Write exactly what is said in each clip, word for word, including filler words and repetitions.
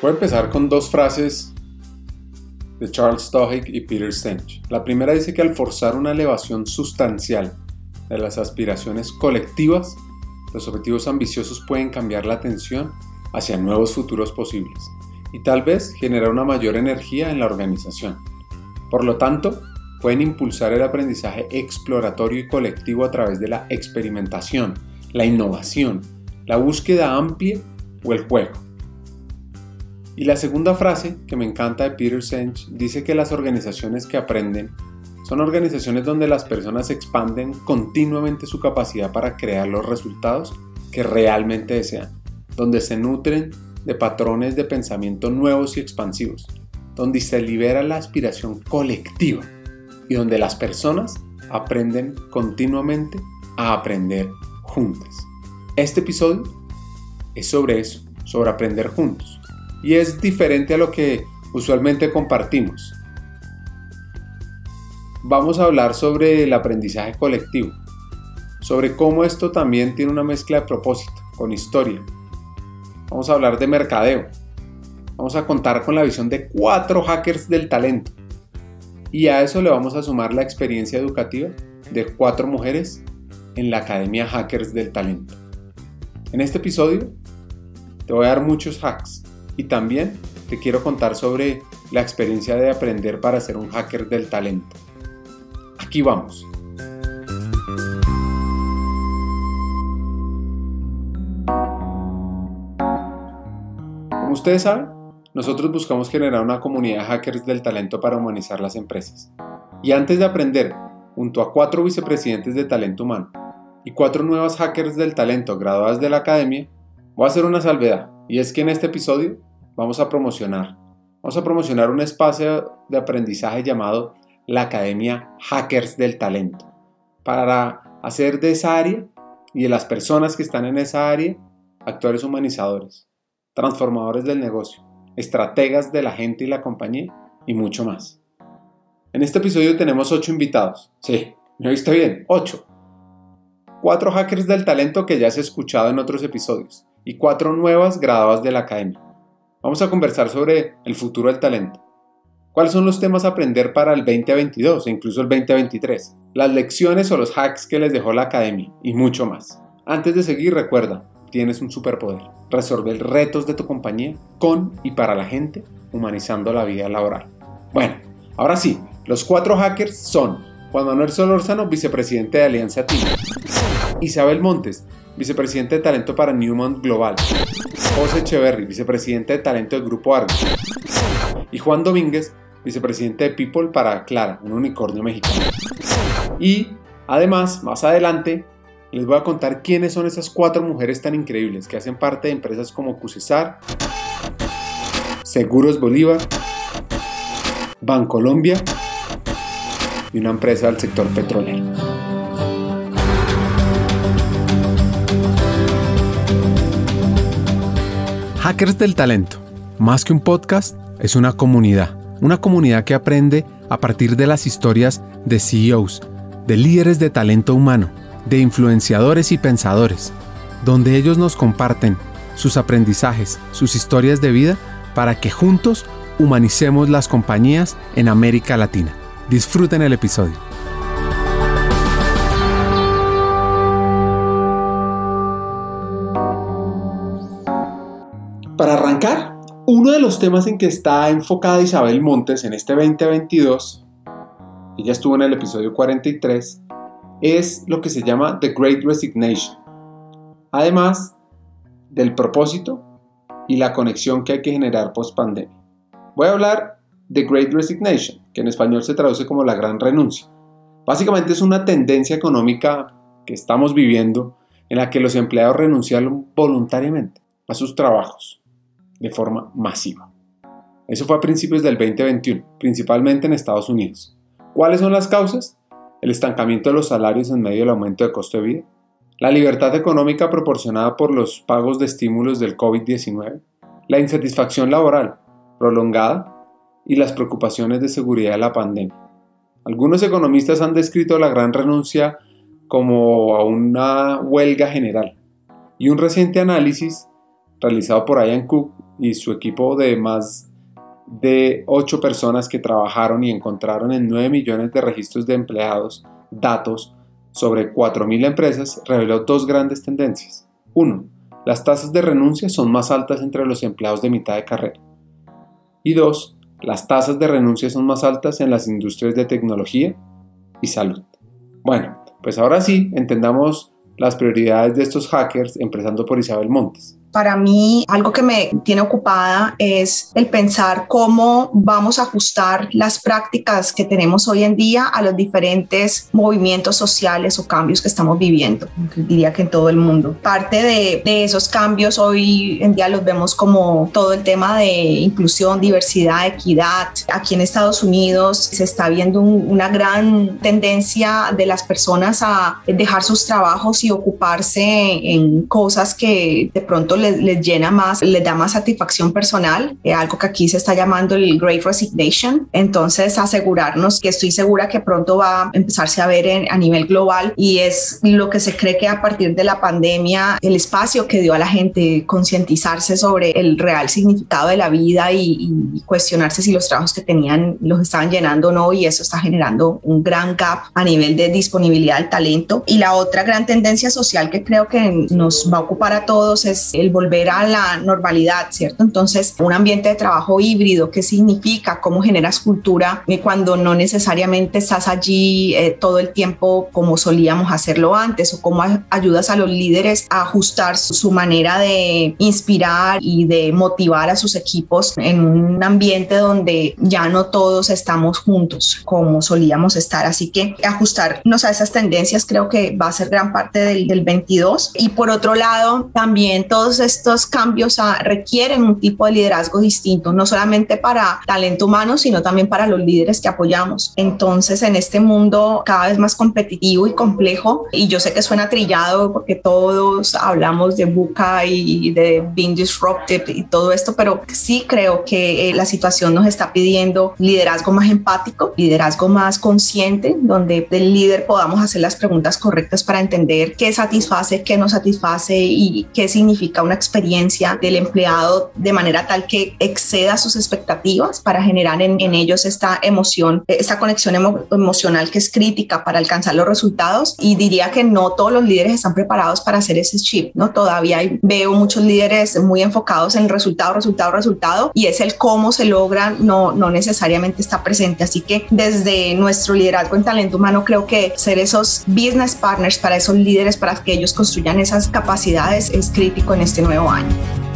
Voy a empezar con dos frases de Charles Duhigg y Peter Senge. La primera dice que al forzar una elevación sustancial de las aspiraciones colectivas, los objetivos ambiciosos pueden cambiar la atención hacia nuevos futuros posibles y tal vez generar una mayor energía en la organización. Por lo tanto, pueden impulsar el aprendizaje exploratorio y colectivo a través de la experimentación, la innovación, la búsqueda amplia o el juego. Y la segunda frase, que me encanta, de Peter Senge, dice que las organizaciones que aprenden son organizaciones donde las personas expanden continuamente su capacidad para crear los resultados que realmente desean, donde se nutren de patrones de pensamiento nuevos y expansivos, donde se libera la aspiración colectiva y donde las personas aprenden continuamente a aprender juntas. Este episodio es sobre eso, sobre aprender juntos, y es diferente a lo que usualmente compartimos. Vamos a hablar sobre el aprendizaje colectivo, sobre cómo esto también tiene una mezcla de propósito, con historia. Vamos a hablar de mercadeo. Vamos a contar con la visión de cuatro hackers del talento. Y a eso le vamos a sumar la experiencia educativa de cuatro mujeres en la Academia Hackers del Talento. En este episodio te voy a dar muchos hacks y también te quiero contar sobre la experiencia de aprender para ser un hacker del talento. Aquí vamos. Como ustedes saben, nosotros buscamos generar una comunidad de hackers del talento para humanizar las empresas. Y antes de aprender, junto a cuatro vicepresidentes de talento humano y cuatro nuevas hackers del talento graduadas de la academia, voy a hacer una salvedad. Y es que en este episodio vamos a promocionar, vamos a promocionar un espacio de aprendizaje llamado la Academia Hackers del Talento, para hacer de esa área y de las personas que están en esa área actores humanizadores, transformadores del negocio, estrategas de la gente y la compañía y mucho más. En este episodio tenemos ocho invitados. Sí, me oíste bien, ocho. Cuatro hackers del talento que ya has escuchado en otros episodios y cuatro nuevas graduadas de la academia. Vamos a conversar sobre el futuro del talento. ¿Cuáles son los temas a aprender para el veinte veintidós e incluso el veinte veintitrés? Las lecciones o los hacks que les dejó la academia y mucho más. Antes de seguir, recuerda, tienes un superpoder. Resolver retos de tu compañía con y para la gente, humanizando la vida laboral. Bueno, ahora sí, los cuatro hackers son Juan Manuel Solórzano, vicepresidente de Alianza Team; Isabel Montes, vicepresidente de talento para Newmont Global; José Echeverry, vicepresidente de talento del Grupo Argos; y Juan Domínguez, vicepresidente de People para Clara, un unicornio mexicano. Y además, más adelante, les voy a contar quiénes son esas cuatro mujeres tan increíbles que hacen parte de empresas como Cusesar, Seguros Bolívar, Bancolombia y una empresa del sector petrolero. Hackers del Talento, más que un podcast, es una comunidad. Una comunidad que aprende a partir de las historias de C E Os, de líderes de talento humano, de influenciadores y pensadores, donde ellos nos comparten sus aprendizajes, sus historias de vida, para que juntos humanicemos las compañías en América Latina. Disfruten el episodio. Para arrancar, uno de los temas en que está enfocada Isabel Montes en este veinte veintidós, ella estuvo en el episodio cuarenta y tres, es lo que se llama The Great Resignation. Además del propósito y la conexión que hay que generar post pandemia. Voy a hablar de Great Resignation, que en español se traduce como la gran renuncia. Básicamente es una tendencia económica que estamos viviendo en la que los empleados renunciaron voluntariamente a sus trabajos de forma masiva. Eso fue a principios del veinte veintiuno, principalmente en Estados Unidos. ¿Cuáles son las causas? El estancamiento de los salarios en medio del aumento de costo de vida, la libertad económica proporcionada por los pagos de estímulos del covid diecinueve, la insatisfacción laboral prolongada y las preocupaciones de seguridad de la pandemia. Algunos economistas han descrito la gran renuncia como a una huelga general, y un reciente análisis realizado por Ian Cook y su equipo de más de ocho personas que trabajaron y encontraron en nueve millones de registros de empleados datos sobre cuatro mil empresas, reveló dos grandes tendencias. Uno, las tasas de renuncia son más altas entre los empleados de mitad de carrera. Y dos, las tasas de renuncia son más altas en las industrias de tecnología y salud. Bueno, pues ahora sí, entendamos las prioridades de estos hackers, empezando por Isabel Montes. Para mí, algo que me tiene ocupada es el pensar cómo vamos a ajustar las prácticas que tenemos hoy en día a los diferentes movimientos sociales o cambios que estamos viviendo, diría que en todo el mundo. Parte de, de esos cambios hoy en día los vemos como todo el tema de inclusión, diversidad, equidad. Aquí en Estados Unidos se está viendo un, una gran tendencia de las personas a dejar sus trabajos y ocuparse en cosas que de pronto les, les llena más, les da más satisfacción personal, eh, algo que aquí se está llamando el Great Resignation. Entonces, asegurarnos, que estoy segura que pronto va a empezarse a ver en, a nivel global, y es lo que se cree que a partir de la pandemia, el espacio que dio a la gente concientizarse sobre el real significado de la vida y, y cuestionarse si los trabajos que tenían los estaban llenando o no, y eso está generando un gran gap a nivel de disponibilidad del talento. Y la otra gran tendencia social que creo que nos va a ocupar a todos es el volver a la normalidad, ¿cierto? Entonces, un ambiente de trabajo híbrido, ¿qué significa? ¿Cómo generas cultura cuando no necesariamente estás allí eh, todo el tiempo como solíamos hacerlo antes? ¿O cómo ayudas a los líderes a ajustar su, su manera de inspirar y de motivar a sus equipos en un ambiente donde ya no todos estamos juntos como solíamos estar? Así que ajustarnos a esas tendencias creo que va a ser gran parte del, del veintidós. Y por otro lado, también todos estos cambios a, requieren un tipo de liderazgo distinto, no solamente para talento humano, sino también para los líderes que apoyamos. Entonces, en este mundo cada vez más competitivo y complejo, y yo sé que suena trillado porque todos hablamos de VUCA y de being disruptive y todo esto, pero sí creo que eh, la situación nos está pidiendo liderazgo más empático, liderazgo más consciente, donde del líder podamos hacer las preguntas correctas para entender qué satisface, qué no satisface y qué significa una experiencia del empleado de manera tal que exceda sus expectativas, para generar en, en ellos esta emoción, esta conexión emo, emocional que es crítica para alcanzar los resultados. Y diría que no todos los líderes están preparados para hacer ese shift, ¿no? Todavía hay, veo muchos líderes muy enfocados en el resultado, resultado, resultado, y es el cómo se logra, no, no necesariamente está presente. Así que desde nuestro liderazgo en talento humano, creo que ser esos business partners para esos líderes, para que ellos construyan esas capacidades, es crítico en este nuevo año.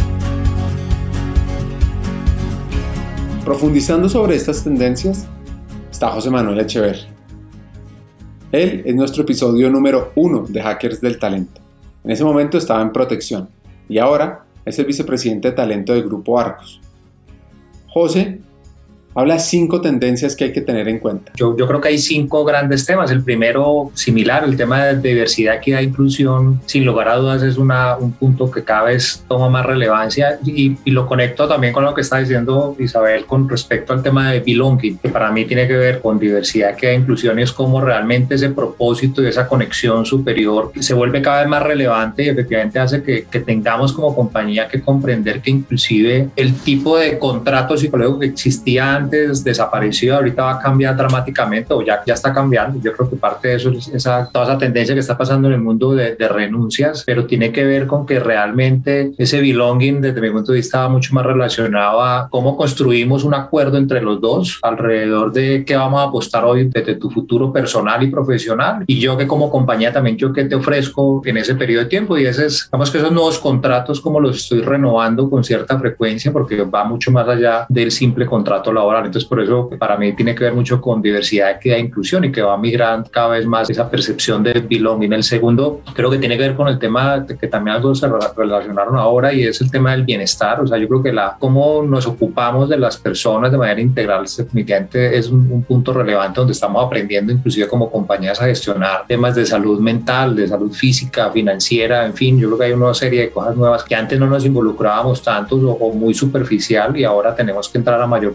Profundizando sobre estas tendencias está José Manuel Echeverri. Él es nuestro episodio número uno de Hackers del Talento. En ese momento estaba en Protección y ahora es el vicepresidente de talento del Grupo Arcos. José habla de cinco tendencias que hay que tener en cuenta. Yo, yo creo que hay cinco grandes temas. El primero, similar, el tema de diversidad, equidad e inclusión, sin lugar a dudas es una, un punto que cada vez toma más relevancia, y, y lo conecto también con lo que está diciendo Isabel con respecto al tema de belonging, que para mí tiene que ver con diversidad, equidad e inclusión, y es como realmente ese propósito y esa conexión superior se vuelve cada vez más relevante, y efectivamente hace que, que tengamos como compañía que comprender que inclusive el tipo de contrato psicológico que existía antes desapareció, ahorita va a cambiar dramáticamente, o ya, ya está cambiando. Yo creo que parte de eso es esa, toda esa tendencia que está pasando en el mundo de, de renuncias, pero tiene que ver con que realmente ese belonging, desde mi punto de vista, va mucho más relacionado a cómo construimos un acuerdo entre los dos alrededor de qué vamos a apostar hoy desde tu futuro personal y profesional, y yo que como compañía también yo que te ofrezco en ese periodo de tiempo. Y ese es, digamos que esos nuevos contratos como los estoy renovando con cierta frecuencia, porque va mucho más allá del simple contrato laboral. Entonces, por eso para mí tiene que ver mucho con diversidad, equidad e inclusión, y que va migrando cada vez más esa percepción de belonging. El segundo creo que tiene que ver con el tema de que también algo se relacionaron ahora, y es el tema del bienestar. O sea, yo creo que la cómo nos ocupamos de las personas de manera integral definitivamente es un, un punto relevante, donde estamos aprendiendo inclusive como compañías a gestionar temas de salud mental, de salud física, financiera, en fin. Yo creo que hay una serie de cosas nuevas que antes no nos involucrábamos tanto o, o muy superficial, y ahora tenemos que entrar a mayor profundidad.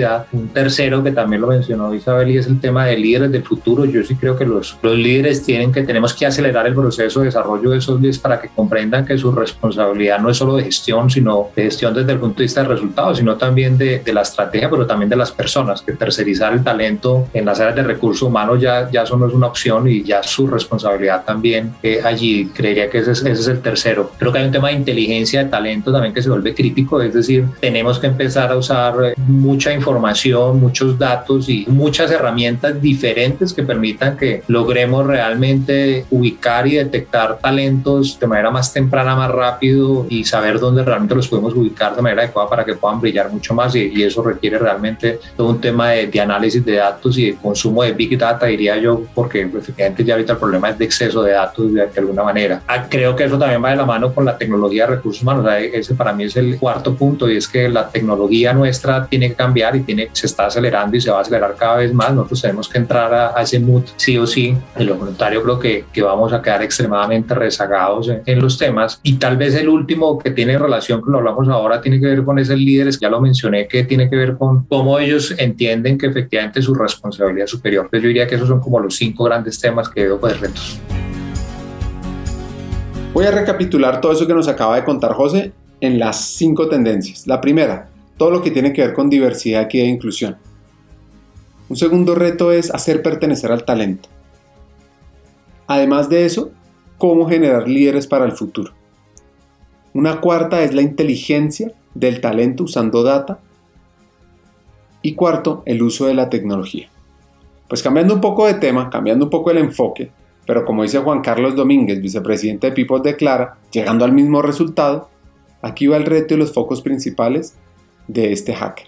diversidad. Un tercero que también lo mencionó Isabel y es el tema de líderes del futuro. Yo sí creo que los, los líderes tienen que, tenemos que acelerar el proceso de desarrollo de esos líderes para que comprendan que su responsabilidad no es solo de gestión, sino de gestión desde el punto de vista de resultados, sino también de, de la estrategia, pero también de las personas, que tercerizar el talento en las áreas de recursos humanos ya, ya eso no es una opción y ya su responsabilidad también eh, allí. Creería que ese es, ese es el tercero. Creo que hay un tema de inteligencia de talento también que se vuelve crítico, es decir, tenemos que empezar a usar mucha información, muchos datos y muchas herramientas diferentes que permitan que logremos realmente ubicar y detectar talentos de manera más temprana, más rápido y saber dónde realmente los podemos ubicar de manera adecuada para que puedan brillar mucho más y, y eso requiere realmente todo un tema de, de análisis de datos y de consumo de Big Data, diría yo, porque efectivamente ya ahorita el problema es de exceso de datos de, de alguna manera. Ah, creo que eso también va de la mano con la tecnología de recursos humanos. O sea, ese para mí es el cuarto punto y es que la tecnología nuestra tiene que cambiar y tiene, se está acelerando y se va a acelerar cada vez más. Nosotros tenemos que entrar a, a ese mood sí o sí. De lo contrario creo que, que vamos a quedar extremadamente rezagados en, en los temas. Y tal vez el último que tiene relación con lo que hablamos ahora tiene que ver con esos líderes, ya lo mencioné, que tiene que ver con cómo ellos entienden que efectivamente su responsabilidad es superior. Entonces yo diría que esos son como los cinco grandes temas que veo de retos. Voy a recapitular todo eso que nos acaba de contar José en las cinco tendencias. La primera, todo lo que tiene que ver con diversidad, equidad e inclusión. Un segundo reto es hacer pertenecer al talento. Además de eso, cómo generar líderes para el futuro. Una cuarta es la inteligencia del talento usando data. Y cuarto, el uso de la tecnología. Pues cambiando un poco de tema, cambiando un poco el enfoque, pero como dice Juan Carlos Domínguez, vicepresidente de People de Clara, llegando al mismo resultado, aquí va el reto y los focos principales de este hacker.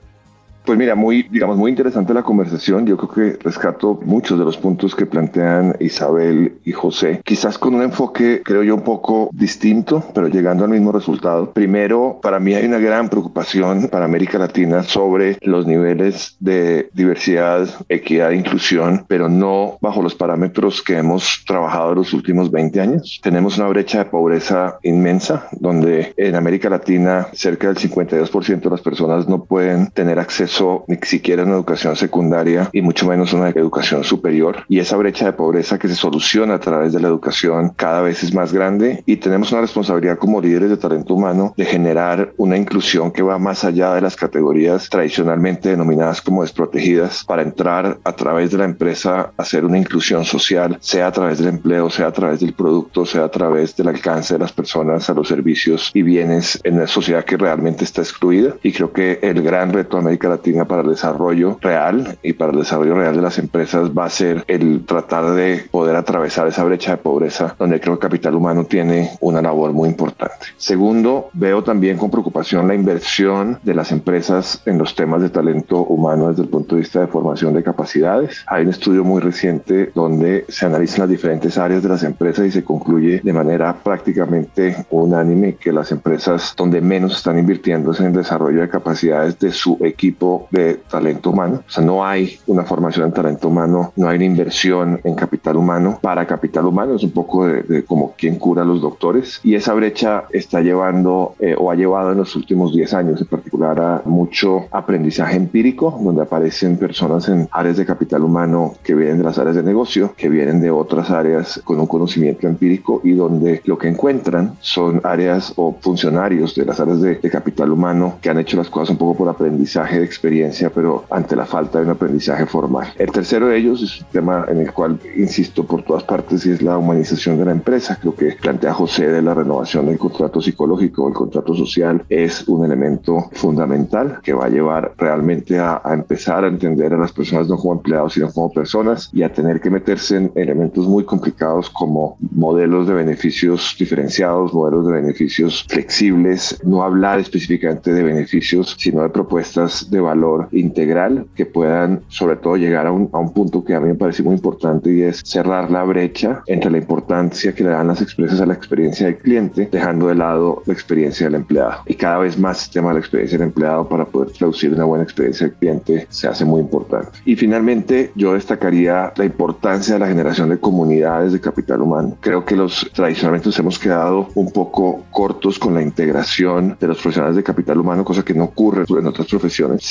Pues mira, muy, digamos, muy interesante la conversación. Yo creo que rescato muchos de los puntos que plantean Isabel y José, quizás con un enfoque, creo yo, un poco distinto, pero llegando al mismo resultado. Primero, para mí hay una gran preocupación para América Latina sobre los niveles de diversidad, equidad e inclusión, pero no bajo los parámetros que hemos trabajado en los últimos veinte años. Tenemos una brecha de pobreza inmensa, donde en América Latina cerca del cincuenta y dos por ciento de las personas no pueden tener acceso ni siquiera una educación secundaria y mucho menos una educación superior, y esa brecha de pobreza que se soluciona a través de la educación cada vez es más grande y tenemos una responsabilidad como líderes de talento humano de generar una inclusión que va más allá de las categorías tradicionalmente denominadas como desprotegidas para entrar a través de la empresa a hacer una inclusión social, sea a través del empleo, sea a través del producto, sea a través del alcance de las personas a los servicios y bienes en una sociedad que realmente está excluida. Y creo que el gran reto de América Latina para el desarrollo real y para el desarrollo real de las empresas va a ser el tratar de poder atravesar esa brecha de pobreza, donde creo que el capital humano tiene una labor muy importante. Segundo, veo también con preocupación la inversión de las empresas en los temas de talento humano desde el punto de vista de formación de capacidades. Hay un estudio muy reciente donde se analizan las diferentes áreas de las empresas y se concluye de manera prácticamente unánime que las empresas donde menos están invirtiendo es en el desarrollo de capacidades de su equipo de talento humano. O sea, no hay una formación en talento humano, no hay una inversión en capital humano para capital humano, es un poco de, de como quien cura a los doctores, y esa brecha está llevando eh, o ha llevado en los últimos diez años en particular a mucho aprendizaje empírico, donde aparecen personas en áreas de capital humano que vienen de las áreas de negocio, que vienen de otras áreas con un conocimiento empírico y donde lo que encuentran son áreas o funcionarios de las áreas de, de capital humano que han hecho las cosas un poco por aprendizaje de experiencia, pero ante la falta de un aprendizaje formal. El tercero de ellos es un tema en el cual insisto por todas partes y es la humanización de la empresa. Creo que plantea José de la renovación del contrato psicológico, el contrato social es un elemento fundamental que va a llevar realmente a, a empezar a entender a las personas no como empleados sino como personas y a tener que meterse en elementos muy complicados como modelos de beneficios diferenciados, modelos de beneficios flexibles, no hablar específicamente de beneficios sino de propuestas de valor integral que puedan sobre todo llegar a un, a un punto que a mí me parece muy importante y es cerrar la brecha entre la importancia que le dan las empresas a la experiencia del cliente, dejando de lado la experiencia del empleado. Y cada vez más el tema de la experiencia del empleado para poder traducir una buena experiencia del cliente se hace muy importante. Y finalmente yo destacaría la importancia de la generación de comunidades de capital humano. Creo que los tradicionalmente nos hemos quedado un poco cortos con la integración de los profesionales de capital humano, cosa que no ocurre en otras profesiones. Sí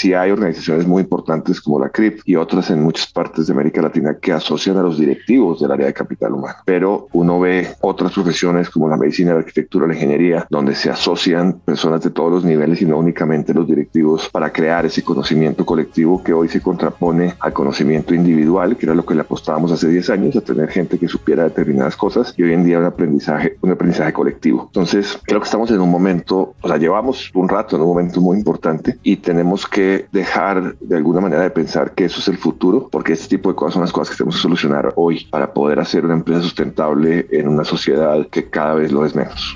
sí hay organizaciones muy importantes como la C R I P y otras en muchas partes de América Latina que asocian a los directivos del área de capital humano. Pero uno ve otras profesiones como la medicina, la arquitectura, la ingeniería, donde se asocian personas de todos los niveles y no únicamente los directivos para crear ese conocimiento colectivo que hoy se contrapone al conocimiento individual, que era lo que le apostábamos hace diez años, a tener gente que supiera determinadas cosas, y hoy en día un aprendizaje, un aprendizaje colectivo. Entonces, creo que estamos en un momento, o sea, llevamos un rato en un momento muy importante y tenemos que dejar de alguna manera de pensar que eso es el futuro, porque este tipo de cosas son las cosas que tenemos que solucionar hoy para poder hacer una empresa sustentable en una sociedad que cada vez lo es menos.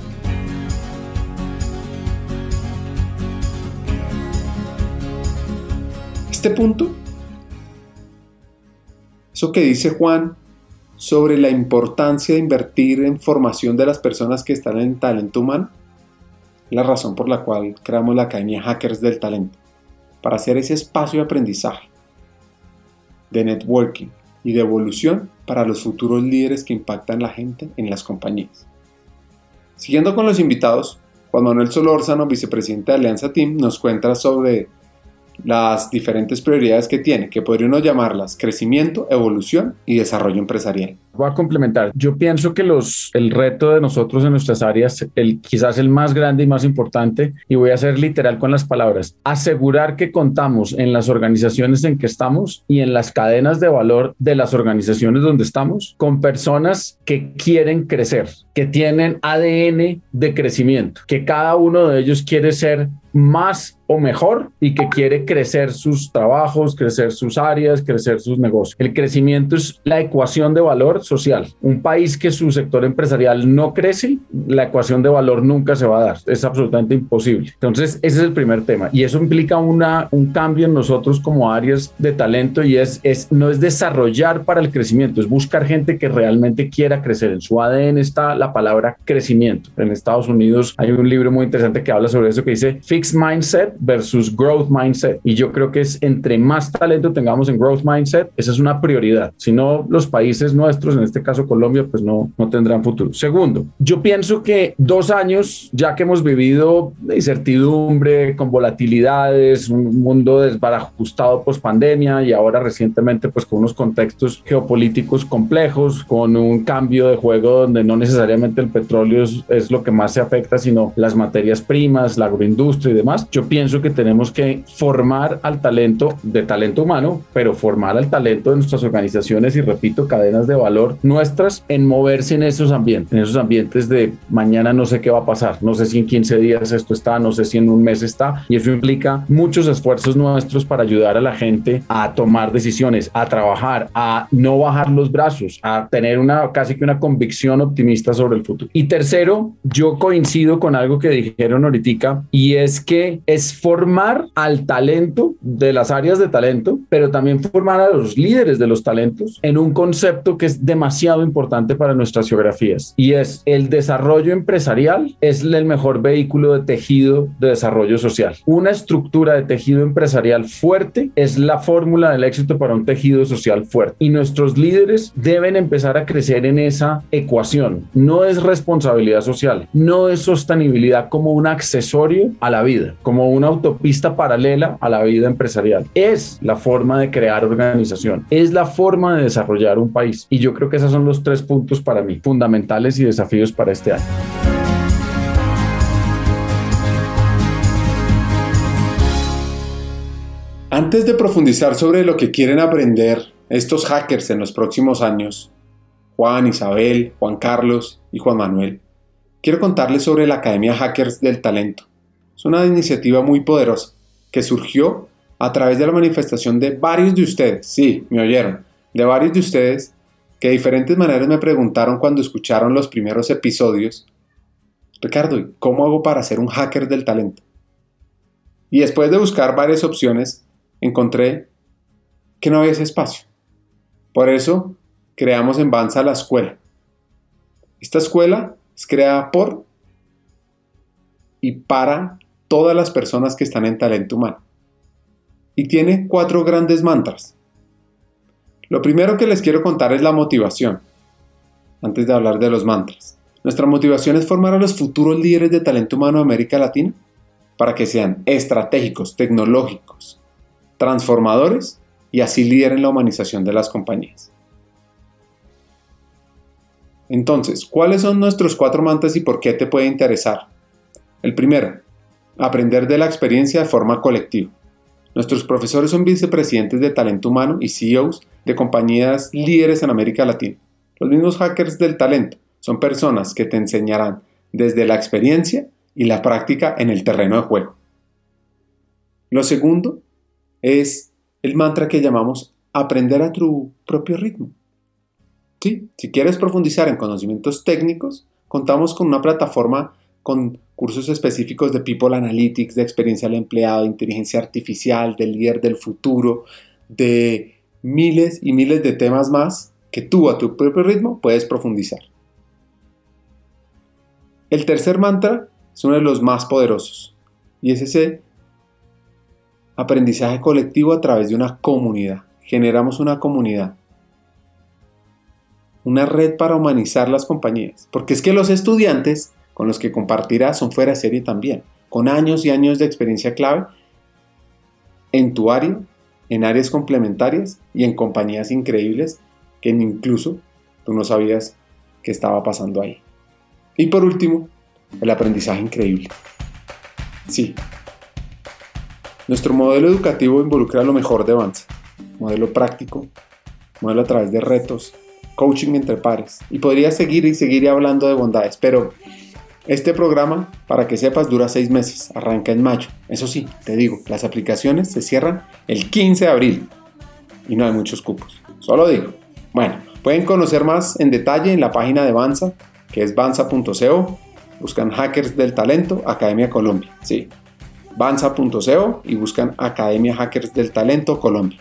Este punto, eso que dice Juan sobre la importancia de invertir en formación de las personas que están en talento humano, es la razón por la cual creamos la Academia Hackers del Talento, para hacer ese espacio de aprendizaje, de networking y de evolución para los futuros líderes que impactan la gente en las compañías. Siguiendo con los invitados, Juan Manuel Solórzano, vicepresidente de Alianza Team, nos cuenta sobre las diferentes prioridades que tiene, que podríamos llamarlas crecimiento, evolución y desarrollo empresarial. Voy a complementar. Yo pienso que los, el reto de nosotros en nuestras áreas, el, quizás el más grande y más importante, y voy a ser literal con las palabras, asegurar que contamos en las organizaciones en que estamos y en las cadenas de valor de las organizaciones donde estamos con personas que quieren crecer, que tienen A D N de crecimiento, que cada uno de ellos quiere ser más o mejor y que quiere crecer sus trabajos, crecer sus áreas, crecer sus negocios. El crecimiento es la ecuación de valor social. Un país que su sector empresarial no crece, la ecuación de valor nunca se va a dar. Es absolutamente imposible. Entonces, ese es el primer tema. Y eso implica una, un cambio en nosotros como áreas de talento y es, es, no es desarrollar para el crecimiento, es buscar gente que realmente quiera crecer. En su A D N está la palabra crecimiento. En Estados Unidos hay un libro muy interesante que habla sobre eso que dice Fixed Mindset versus Growth Mindset. Y yo creo que es entre más talento tengamos en Growth Mindset, esa es una prioridad. Si no, los países nuestros, en este caso Colombia, pues no, no tendrán futuro. Segundo, yo pienso que dos años, ya que hemos vivido de incertidumbre, con volatilidades, un mundo desbarajustado post pandemia y ahora recientemente pues con unos contextos geopolíticos complejos, con un cambio de juego donde no necesariamente el petróleo es, es lo que más se afecta, sino las materias primas, la agroindustria y demás. Yo pienso que tenemos que formar al talento de talento humano, pero formar al talento de nuestras organizaciones y repito, cadenas de valor nuestras en moverse en esos ambientes, en esos ambientes de mañana no sé qué va a pasar, no sé si en quince días esto está, no sé si en un mes está, y eso implica muchos esfuerzos nuestros para ayudar a la gente a tomar decisiones, a trabajar, a no bajar los brazos, a tener una casi que una convicción optimista sobre el futuro. Y tercero, yo coincido con algo que dijeron ahorita y es que es formar al talento de las áreas de talento, pero también formar a los líderes de los talentos en un concepto que es demasiado importante para nuestras geografías y es el desarrollo empresarial es el mejor vehículo de tejido de desarrollo social. Una estructura de tejido empresarial fuerte es la fórmula del éxito para un tejido social fuerte y nuestros líderes deben empezar a crecer en esa ecuación. No es responsabilidad social, no es sostenibilidad como un accesorio a la vida, como una autopista paralela a la vida empresarial. Es la forma de crear organización, es la forma de desarrollar un país y yo creo que esos son los tres puntos para mí fundamentales y desafíos para este año. Antes de profundizar sobre lo que quieren aprender estos hackers en los próximos años, Juan, Isabel, Juan Carlos y Juan Manuel, quiero contarles sobre la Academia Hackers del Talento. Es una iniciativa muy poderosa que surgió a través de la manifestación de varios de ustedes, sí, me oyeron, de varios de ustedes que de diferentes maneras me preguntaron cuando escucharon los primeros episodios, Ricardo, ¿cómo hago para ser un hacker del talento? Y después de buscar varias opciones, encontré que no había ese espacio. Por eso creamos en Banza la escuela. Esta escuela es creada por y para todas las personas que están en talento humano. Y tiene cuatro grandes mantras. Lo primero que les quiero contar es la motivación. Antes de hablar de los mantras. Nuestra motivación es formar a los futuros líderes de talento humano de América Latina para que sean estratégicos, tecnológicos, transformadores y así lideren la humanización de las compañías. Entonces, ¿cuáles son nuestros cuatro mantras y por qué te puede interesar? El primero, aprender de la experiencia de forma colectiva. Nuestros profesores son vicepresidentes de talento humano y C E Os de compañías líderes en América Latina. Los mismos hackers del talento son personas que te enseñarán desde la experiencia y la práctica en el terreno de juego. Lo segundo es el mantra que llamamos aprender a tu propio ritmo. Sí, si quieres profundizar en conocimientos técnicos, contamos con una plataforma con cursos específicos de People Analytics, de experiencia del empleado, de inteligencia artificial, del líder del futuro, de miles y miles de temas más que tú a tu propio ritmo puedes profundizar. El tercer mantra es uno de los más poderosos y es ese aprendizaje colectivo a través de una comunidad. Generamos una comunidad, una red para humanizar las compañías, porque es que los estudiantes con los que compartirás son fuera de serie también, con años y años de experiencia clave en tu área, en áreas complementarias y en compañías increíbles que incluso tú no sabías que estaba pasando ahí. Y por último, el aprendizaje increíble. Sí, nuestro modelo educativo involucra lo mejor de Vanza, modelo práctico, modelo a través de retos, coaching entre pares, y podría seguir y seguir hablando de bondades, pero este programa, para que sepas, dura seis meses, arranca en mayo. Eso sí, te digo, las aplicaciones se cierran el quince de abril y no hay muchos cupos, solo digo. Bueno, pueden conocer más en detalle en la página de Vanza, que es vanza punto co, buscan Hackers del Talento, Academia Colombia, sí, vanza punto co y buscan Academia Hackers del Talento Colombia.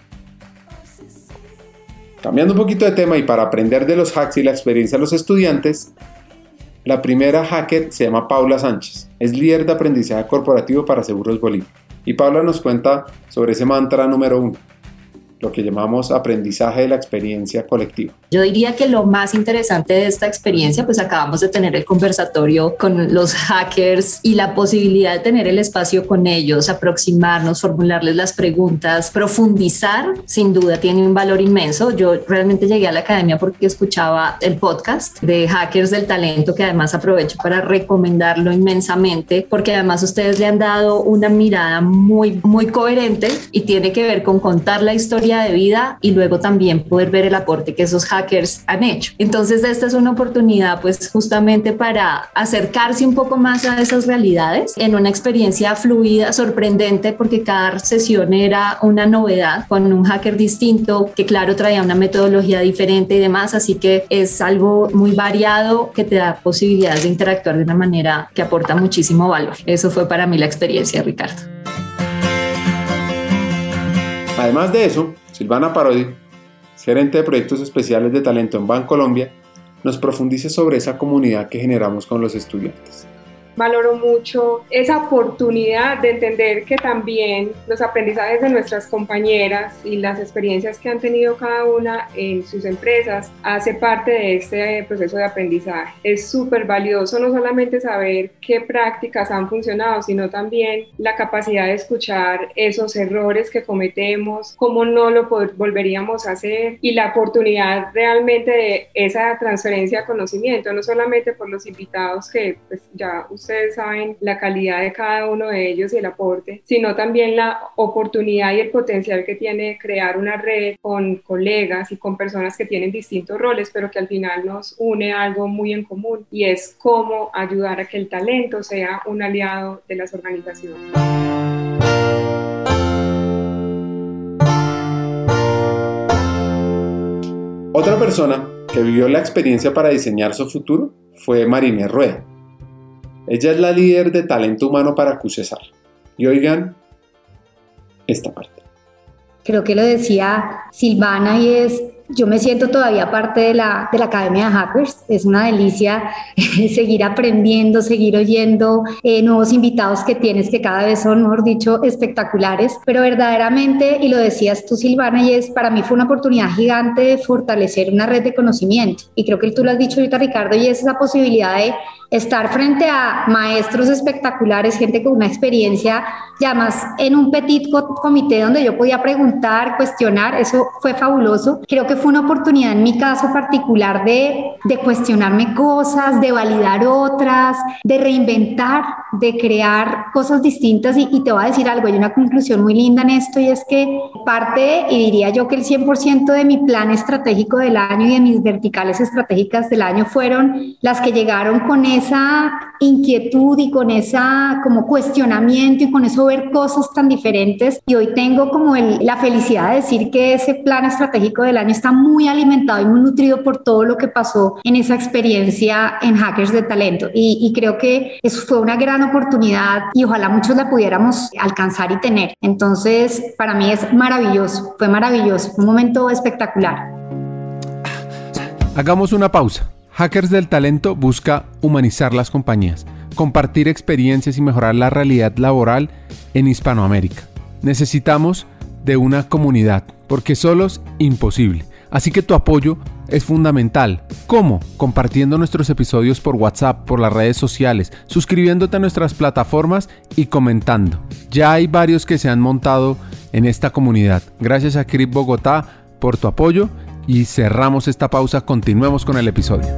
Cambiando un poquito de tema y para aprender de los hacks y la experiencia de los estudiantes, la primera hacker se llama Paula Sánchez, es líder de aprendizaje corporativo para Seguros Bolívar. Y Paula nos cuenta sobre ese mantra número uno, lo que llamamos aprendizaje de la experiencia colectiva. Yo diría que lo más interesante de esta experiencia, pues acabamos de tener el conversatorio con los hackers y la posibilidad de tener el espacio con ellos, aproximarnos, formularles las preguntas, profundizar, sin duda tiene un valor inmenso. Yo realmente llegué a la academia porque escuchaba el podcast de Hackers del Talento, que además aprovecho para recomendarlo inmensamente, porque además ustedes le han dado una mirada muy, muy coherente y tiene que ver con contar la historia de vida y luego también poder ver el aporte que esos hackers han hecho. Entonces esta es una oportunidad pues justamente para acercarse un poco más a esas realidades en una experiencia fluida, sorprendente, porque cada sesión era una novedad con un hacker distinto que claro traía una metodología diferente y demás, así que es algo muy variado que te da posibilidades de interactuar de una manera que aporta muchísimo valor. Eso fue para mí la experiencia, Ricardo. Además de eso, Silvana Parodi, gerente de proyectos especiales de talento en Bancolombia, nos profundiza sobre esa comunidad que generamos con los estudiantes. Valoro mucho esa oportunidad de entender que también los aprendizajes de nuestras compañeras y las experiencias que han tenido cada una en sus empresas hace parte de este proceso de aprendizaje. Es súper valioso no solamente saber qué prácticas han funcionado, sino también la capacidad de escuchar esos errores que cometemos, cómo no lo volveríamos a hacer y la oportunidad realmente de esa transferencia de conocimiento, no solamente por los invitados que pues, ya ustedes Ustedes saben la calidad de cada uno de ellos y el aporte, sino también la oportunidad y el potencial que tiene crear una red con colegas y con personas que tienen distintos roles, pero que al final nos une algo muy en común y es cómo ayudar a que el talento sea un aliado de las organizaciones. Otra persona que vivió la experiencia para diseñar su futuro fue Marinés Rueda. Ella es la líder de talento humano para QCesar. Y oigan esta parte. Creo que lo decía Silvana y es Yo me siento todavía parte de la, de la Academia de Hackers. Es una delicia seguir aprendiendo, seguir oyendo eh, nuevos invitados que tienes, que cada vez son, mejor dicho, espectaculares. Pero verdaderamente, y lo decías tú, Silvana, y es, para mí fue una oportunidad gigante de fortalecer una red de conocimiento. Y creo que tú lo has dicho ahorita, Ricardo, y es esa posibilidad de estar frente a maestros espectaculares, gente con una experiencia, ya más en un petit comité donde yo podía preguntar, cuestionar. Eso fue fabuloso. Creo que fue una oportunidad en mi caso particular de, de cuestionarme cosas, de validar otras, de reinventar, de crear cosas distintas. Y, y te voy a decir algo, hay una conclusión muy linda en esto, y es que parte, y diría yo que el cien por ciento de mi plan estratégico del año y de mis verticales estratégicas del año fueron las que llegaron con esa inquietud y con esa como cuestionamiento y con eso ver cosas tan diferentes. Y hoy tengo como el, la felicidad de decir que ese plan estratégico del año está muy alimentado y muy nutrido por todo lo que pasó en esa experiencia en Hackers de Talento. Y, y creo que eso fue una gran oportunidad y ojalá muchos la pudiéramos alcanzar y tener. Entonces, para mí es maravilloso, fue maravilloso, un momento espectacular. Hagamos una pausa. Hackers del Talento busca humanizar las compañías, compartir experiencias y mejorar la realidad laboral en Hispanoamérica. Necesitamos de una comunidad, porque solo es imposible. Así que tu apoyo es fundamental. ¿Cómo? Compartiendo nuestros episodios por WhatsApp, por las redes sociales, suscribiéndote a nuestras plataformas y comentando. Ya hay varios que se han montado en esta comunidad. Gracias a Crip Bogotá por tu apoyo y cerramos esta pausa. Continuemos con el episodio.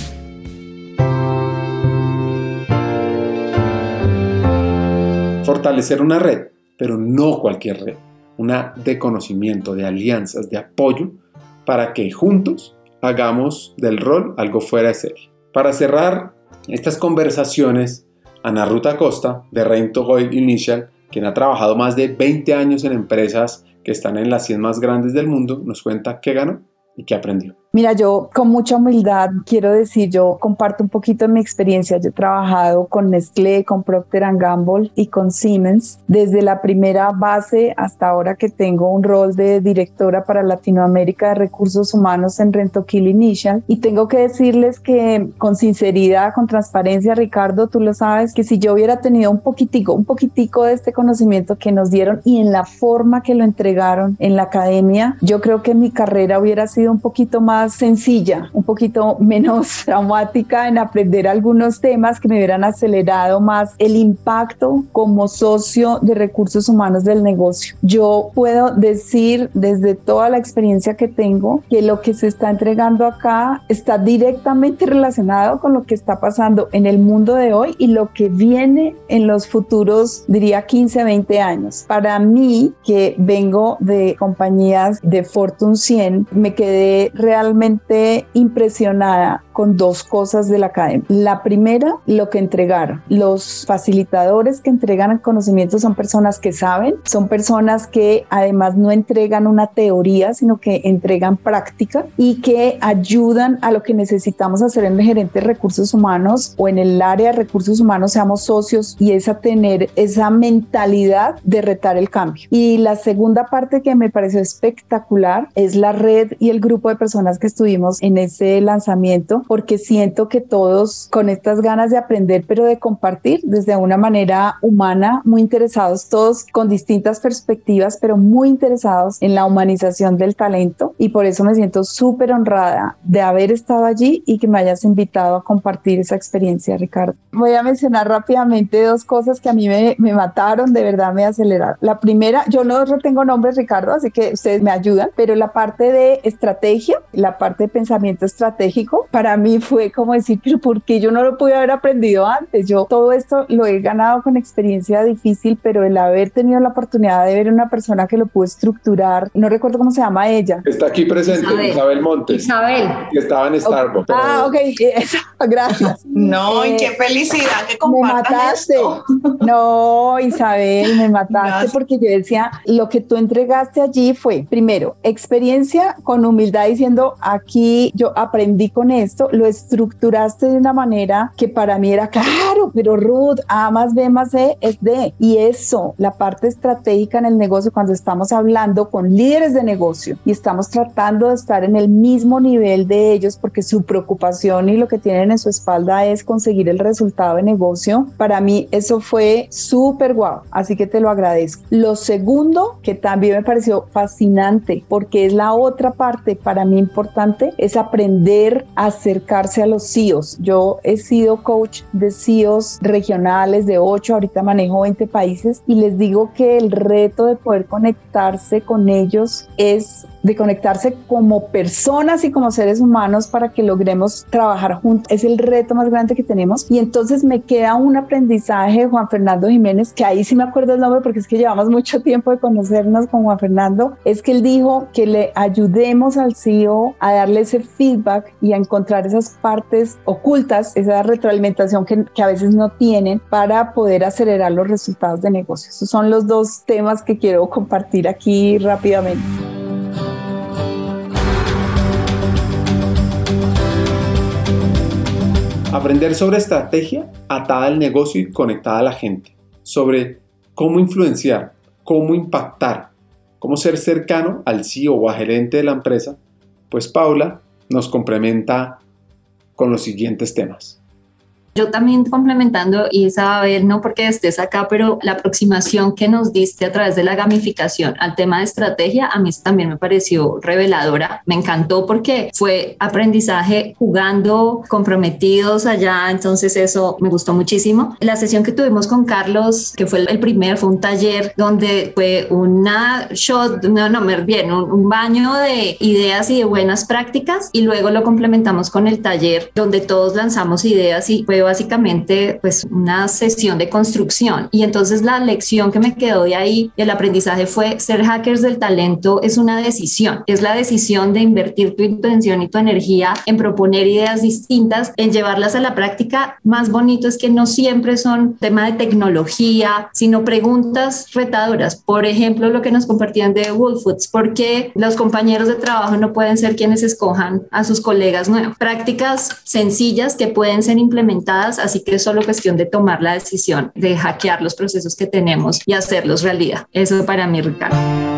Fortalecer una red, pero no cualquier red. Una de conocimiento, de alianzas, de apoyo, para que juntos hagamos del rol algo fuera de serie. Para cerrar estas conversaciones, Ana Ruth Acosta, de Reinto Oil Initial, quien ha trabajado más de veinte años en empresas que están en las cien más grandes del mundo, nos cuenta qué ganó y qué aprendió. Mira, yo con mucha humildad quiero decir, yo comparto un poquito de mi experiencia. Yo he trabajado con Nestlé, con Procter and Gamble y con Siemens, desde la primera base hasta ahora que tengo un rol de directora para Latinoamérica de Recursos Humanos en Rentokil Initial. Y tengo que decirles que con sinceridad, con transparencia, Ricardo, tú lo sabes, que si yo hubiera tenido un poquitico, un poquitico de este conocimiento que nos dieron y en la forma que lo entregaron en la academia, yo creo que mi carrera hubiera sido un poquito más sencilla, un poquito menos traumática en aprender algunos temas que me hubieran acelerado más el impacto como socio de recursos humanos del negocio. Yo puedo decir desde toda la experiencia que tengo que lo que se está entregando acá está directamente relacionado con lo que está pasando en el mundo de hoy y lo que viene en los futuros, diría quince, veinte años. Para mí, que vengo de compañías de Fortune cien, me quedé realmente impresionada con dos cosas de la academia. La primera, lo que entregaron. Los facilitadores que entregan el conocimiento son personas que saben, son personas que además no entregan una teoría, sino que entregan práctica y que ayudan a lo que necesitamos hacer en el gerente de recursos humanos o en el área de recursos humanos, seamos socios, y es a tener esa mentalidad de retar el cambio. Y la segunda parte que me pareció espectacular es la red y el grupo de personas que estuvimos en ese lanzamiento, porque siento que todos con estas ganas de aprender, pero de compartir desde una manera humana, muy interesados, todos con distintas perspectivas, pero muy interesados en la humanización del talento, y por eso me siento súper honrada de haber estado allí y que me hayas invitado a compartir esa experiencia, Ricardo. Voy a mencionar rápidamente dos cosas que a mí me, me mataron, de verdad me aceleraron. La primera, yo no retengo nombres, Ricardo, así que ustedes me ayudan, pero la parte de estrategia, la parte de pensamiento estratégico, para mí fue como decir, pero ¿por qué yo no lo pude haber aprendido antes? Yo todo esto lo he ganado con experiencia difícil, pero el haber tenido la oportunidad de ver una persona que lo pudo estructurar, no recuerdo cómo se llama ella. Está aquí presente, Isabel, Isabel Montes. Isabel. Que estaba en Starbucks. Okay. Ah, ok, gracias. No, eh, y qué felicidad que compartas me mataste. esto. No, Isabel, me mataste. Gracias. Porque yo decía, lo que tú entregaste allí fue, primero, experiencia con humildad diciendo, aquí yo aprendí con esto, lo estructuraste de una manera que para mí era claro, pero Ruth, A más B más C es D. Y eso, la parte estratégica en el negocio, cuando estamos hablando con líderes de negocio y estamos tratando de estar en el mismo nivel de ellos, porque su preocupación y lo que tienen en su espalda es conseguir el resultado de negocio, para mí eso fue súper guau, así que te lo agradezco. Lo segundo, que también me pareció fascinante, porque es la otra parte para mí importante, es aprender a acercarse a los C E Os. Yo he sido coach de C E Os regionales de ocho, ahorita manejo veinte países, y les digo que el reto de poder conectarse con ellos es de conectarse como personas y como seres humanos para que logremos trabajar juntos. Es el reto más grande que tenemos. Y entonces me queda un aprendizaje de Juan Fernando Jiménez, que ahí sí me acuerdo el nombre porque es que llevamos mucho tiempo de conocernos con Juan Fernando. Es que él dijo que le ayudemos al C E O a darle ese feedback y a encontrar esas partes ocultas, esa retroalimentación que, que a veces no tienen, para poder acelerar los resultados de negocio. Esos son los dos temas que quiero compartir aquí rápidamente. Aprender sobre estrategia atada al negocio y conectada a la gente, sobre cómo influenciar, cómo impactar, cómo ser cercano al C E O o al gerente de la empresa, pues Paula nos complementa con los siguientes temas. Yo también complementando, Isabel, no porque estés acá, pero la aproximación que nos diste a través de la gamificación al tema de estrategia, a mí también me pareció reveladora. Me encantó porque fue aprendizaje jugando, comprometidos allá, entonces eso me gustó muchísimo. La sesión que tuvimos con Carlos, que fue el primer, fue un taller donde fue una shot, no, no, bien, un, un baño de ideas y de buenas prácticas, y luego lo complementamos con el taller donde todos lanzamos ideas y fue básicamente pues una sesión de construcción. Y entonces la lección que me quedó de ahí, el aprendizaje fue: ser hackers del talento es una decisión, es la decisión de invertir tu intención y tu energía en proponer ideas distintas, en llevarlas a la práctica. Más bonito es que no siempre son tema de tecnología, sino preguntas retadoras. Por ejemplo, lo que nos compartían de Woolfoods: ¿por qué los compañeros de trabajo no pueden ser quienes escojan a sus colegas nuevos? Prácticas sencillas que pueden ser implementadas, así que es solo cuestión de tomar la decisión de hackear los procesos que tenemos y hacerlos realidad. Eso para mí, Ricardo.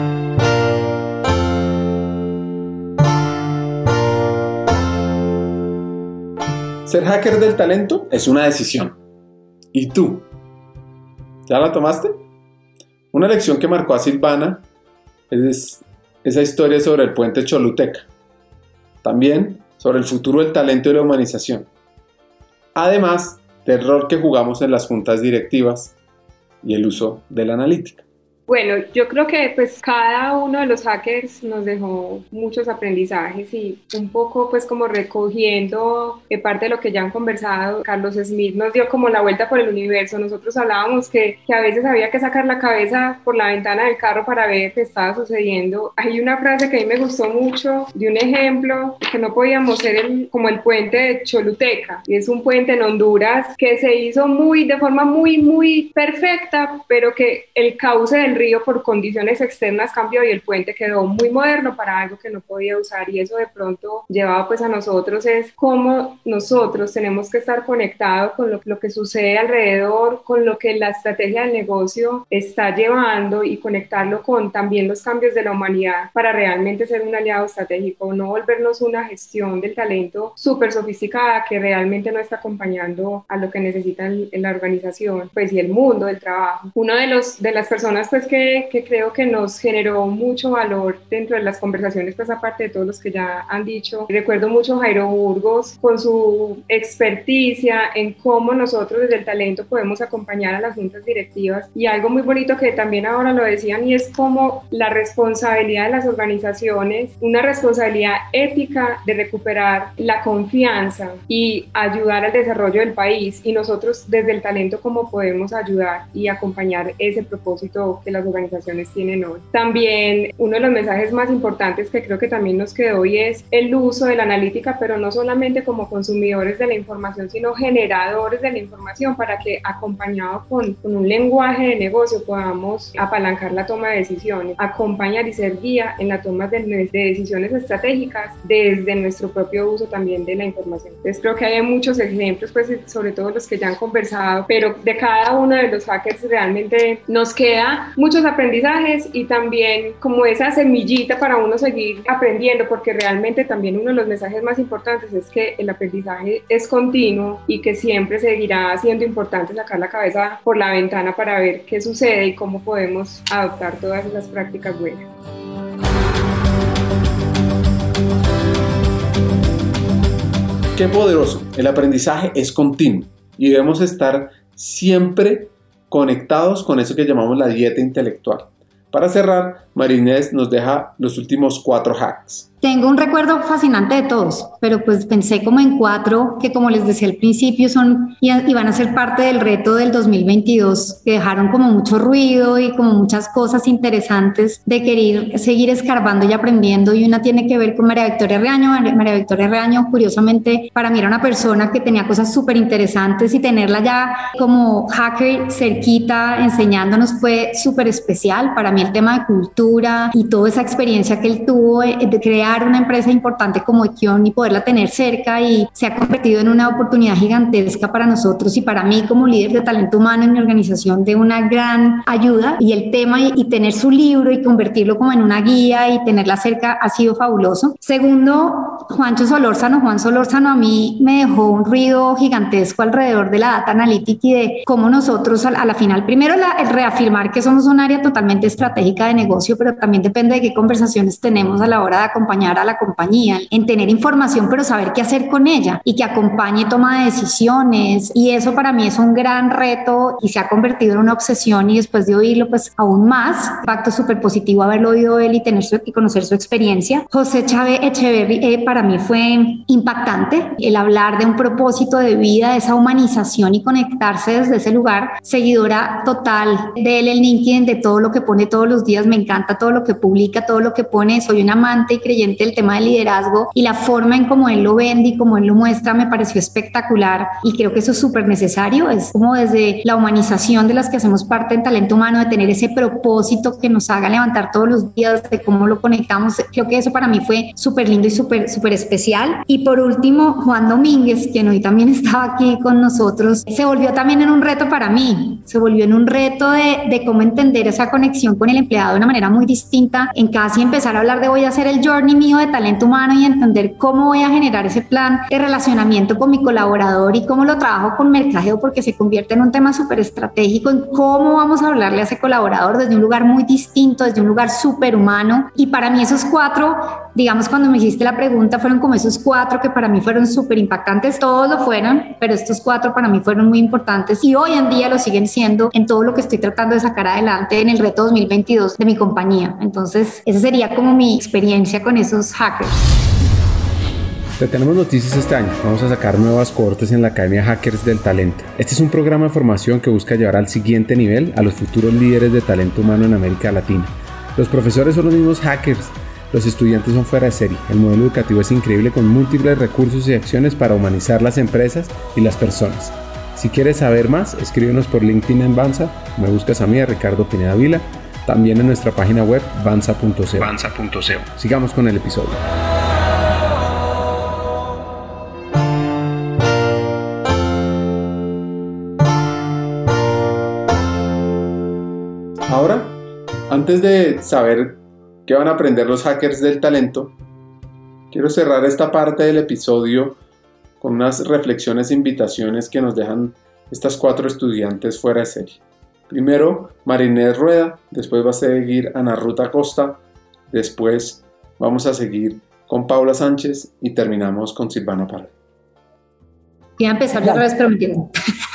Ser hacker del talento es una decisión. ¿Y tú? ¿Ya la tomaste? Una lección que marcó a Silvana es esa historia sobre el puente Choluteca. También sobre el futuro del talento y la humanización. Además del rol que jugamos en las juntas directivas y el uso de la analítica. Bueno, yo creo que pues cada uno de los hackers nos dejó muchos aprendizajes y un poco pues como recogiendo eh, parte de lo que ya han conversado. Carlos Smith nos dio como la vuelta por el universo. Nosotros hablábamos que, que a veces había que sacar la cabeza por la ventana del carro para ver qué estaba sucediendo. Hay una frase que a mí me gustó mucho de un ejemplo, que no podíamos ser el, como el puente de Choluteca, y es un puente en Honduras que se hizo muy de forma muy muy perfecta, pero que el cauce del río por condiciones externas cambió y el puente quedó muy moderno para algo que no podía usar, y eso de pronto llevaba pues a nosotros es cómo nosotros tenemos que estar conectados con lo, lo que sucede alrededor, con lo que la estrategia del negocio está llevando, y conectarlo con también los cambios de la humanidad para realmente ser un aliado estratégico, no volvernos una gestión del talento súper sofisticada que realmente no está acompañando a lo que necesitan en la organización pues y el mundo del trabajo. Uno de los de las personas pues que, que creo que nos generó mucho valor dentro de las conversaciones, pues aparte de todos los que ya han dicho, recuerdo mucho a Jairo Burgos con su experticia en cómo nosotros desde el talento podemos acompañar a las juntas directivas, y algo muy bonito que también ahora lo decían, y es como la responsabilidad de las organizaciones, una responsabilidad ética de recuperar la confianza y ayudar al desarrollo del país, y nosotros desde el talento cómo podemos ayudar y acompañar ese propósito que las organizaciones tienen hoy. También uno de los mensajes más importantes que creo que también nos quedó hoy es el uso de la analítica, pero no solamente como consumidores de la información, sino generadores de la información, para que acompañado con, con un lenguaje de negocio podamos apalancar la toma de decisiones, acompañar y ser guía en la toma de, de decisiones estratégicas desde nuestro propio uso también de la información. Entonces creo que hay muchos ejemplos, pues sobre todo los que ya han conversado, pero de cada uno de los hackers realmente nos queda muchos aprendizajes y también como esa semillita para uno seguir aprendiendo, porque realmente también uno de los mensajes más importantes es que el aprendizaje es continuo y que siempre seguirá siendo importante sacar la cabeza por la ventana para ver qué sucede y cómo podemos adoptar todas esas prácticas buenas. Qué poderoso. El aprendizaje es continuo y debemos estar siempre conectados con eso que llamamos la dieta intelectual. Para cerrar, María Inés nos deja los últimos cuatro hacks. Tengo un recuerdo fascinante de todos, pero pues pensé como en cuatro que, como les decía al principio, son y van a ser parte del reto del dos mil veintidós, que dejaron como mucho ruido y como muchas cosas interesantes de querer seguir escarbando y aprendiendo, y una tiene que ver con María Victoria Reaño. María Victoria Reaño, curiosamente, para mí era una persona que tenía cosas súper interesantes y tenerla ya como hacker cerquita enseñándonos fue súper especial. Para mí el tema de cultura y toda esa experiencia que él tuvo de crear una empresa importante como Equion y poderla tener cerca, y se ha convertido en una oportunidad gigantesca para nosotros y para mí como líder de talento humano en mi organización, de una gran ayuda. Y el tema y, y tener su libro y convertirlo como en una guía y tenerla cerca ha sido fabuloso. Segundo, Juancho Solórzano. Juan Solórzano a mí me dejó un ruido gigantesco alrededor de la data analytics y de cómo nosotros a, a la final, primero la, el reafirmar que somos un área totalmente estratégica de negocio, pero también depende de qué conversaciones tenemos a la hora de acompañar a la compañía, en tener información pero saber qué hacer con ella y que acompañe toma de decisiones, y eso para mí es un gran reto y se ha convertido en una obsesión, y después de oírlo pues aún más, impacto súper positivo haberlo oído él y tener su, y conocer su experiencia. José Chávez Echeverry eh, para mí fue impactante el hablar de un propósito de vida, de esa humanización y conectarse desde ese lugar. Seguidora total de él en LinkedIn, de todo lo que pone todos los días, me encanta todo lo que publica, todo lo que pone, soy un amante y creyente del tema del liderazgo, y la forma en cómo él lo vende y cómo él lo muestra me pareció espectacular, y creo que eso es súper necesario. Es como desde la humanización de las que hacemos parte en talento humano, de tener ese propósito que nos haga levantar todos los días, de cómo lo conectamos. Creo que eso para mí fue súper lindo y súper súper especial. Y por último, Juan Domínguez, quien hoy también estaba aquí con nosotros, se volvió también en un reto para mí, se volvió en un reto de, de cómo entender esa conexión con el empleado de una manera muy distinta, en casi empezar a hablar de voy a hacer el journey mío de talento humano y entender cómo voy a generar ese plan de relacionamiento con mi colaborador y cómo lo trabajo con mercadeo, porque se convierte en un tema súper estratégico en cómo vamos a hablarle a ese colaborador desde un lugar muy distinto, desde un lugar súper humano. Y para mí esos cuatro, digamos, cuando me hiciste la pregunta, fueron como esos cuatro que para mí fueron súper impactantes. Todos lo fueron, pero estos cuatro para mí fueron muy importantes y hoy en día lo siguen siendo en todo lo que estoy tratando de sacar adelante en el reto dos mil veintidós de mi compañía. Entonces esa sería como mi experiencia con esos hackers. Te tenemos noticias este año. Vamos a sacar nuevas cohortes en la Academia Hackers del Talento. Este es un programa de formación que busca llevar al siguiente nivel a los futuros líderes de talento humano en América Latina. Los profesores son los mismos hackers. Los estudiantes son fuera de serie. El modelo educativo es increíble, con múltiples recursos y acciones para humanizar las empresas y las personas. Si quieres saber más, escríbenos por LinkedIn en Banza. Me buscas a mí, a Ricardo Pineda Vila. También en nuestra página web banza punto co. banza punto co. Sigamos con el episodio. Ahora, antes de saber qué van a aprender los hackers del talento, quiero cerrar esta parte del episodio con unas reflexiones e invitaciones que nos dejan estas cuatro estudiantes fuera de serie. Primero, María Inés Rueda, después va a seguir Ana Ruta Costa, después vamos a seguir con Paula Sánchez y terminamos con Silvana Parra. Voy a empezar otra vez, pero me quiero.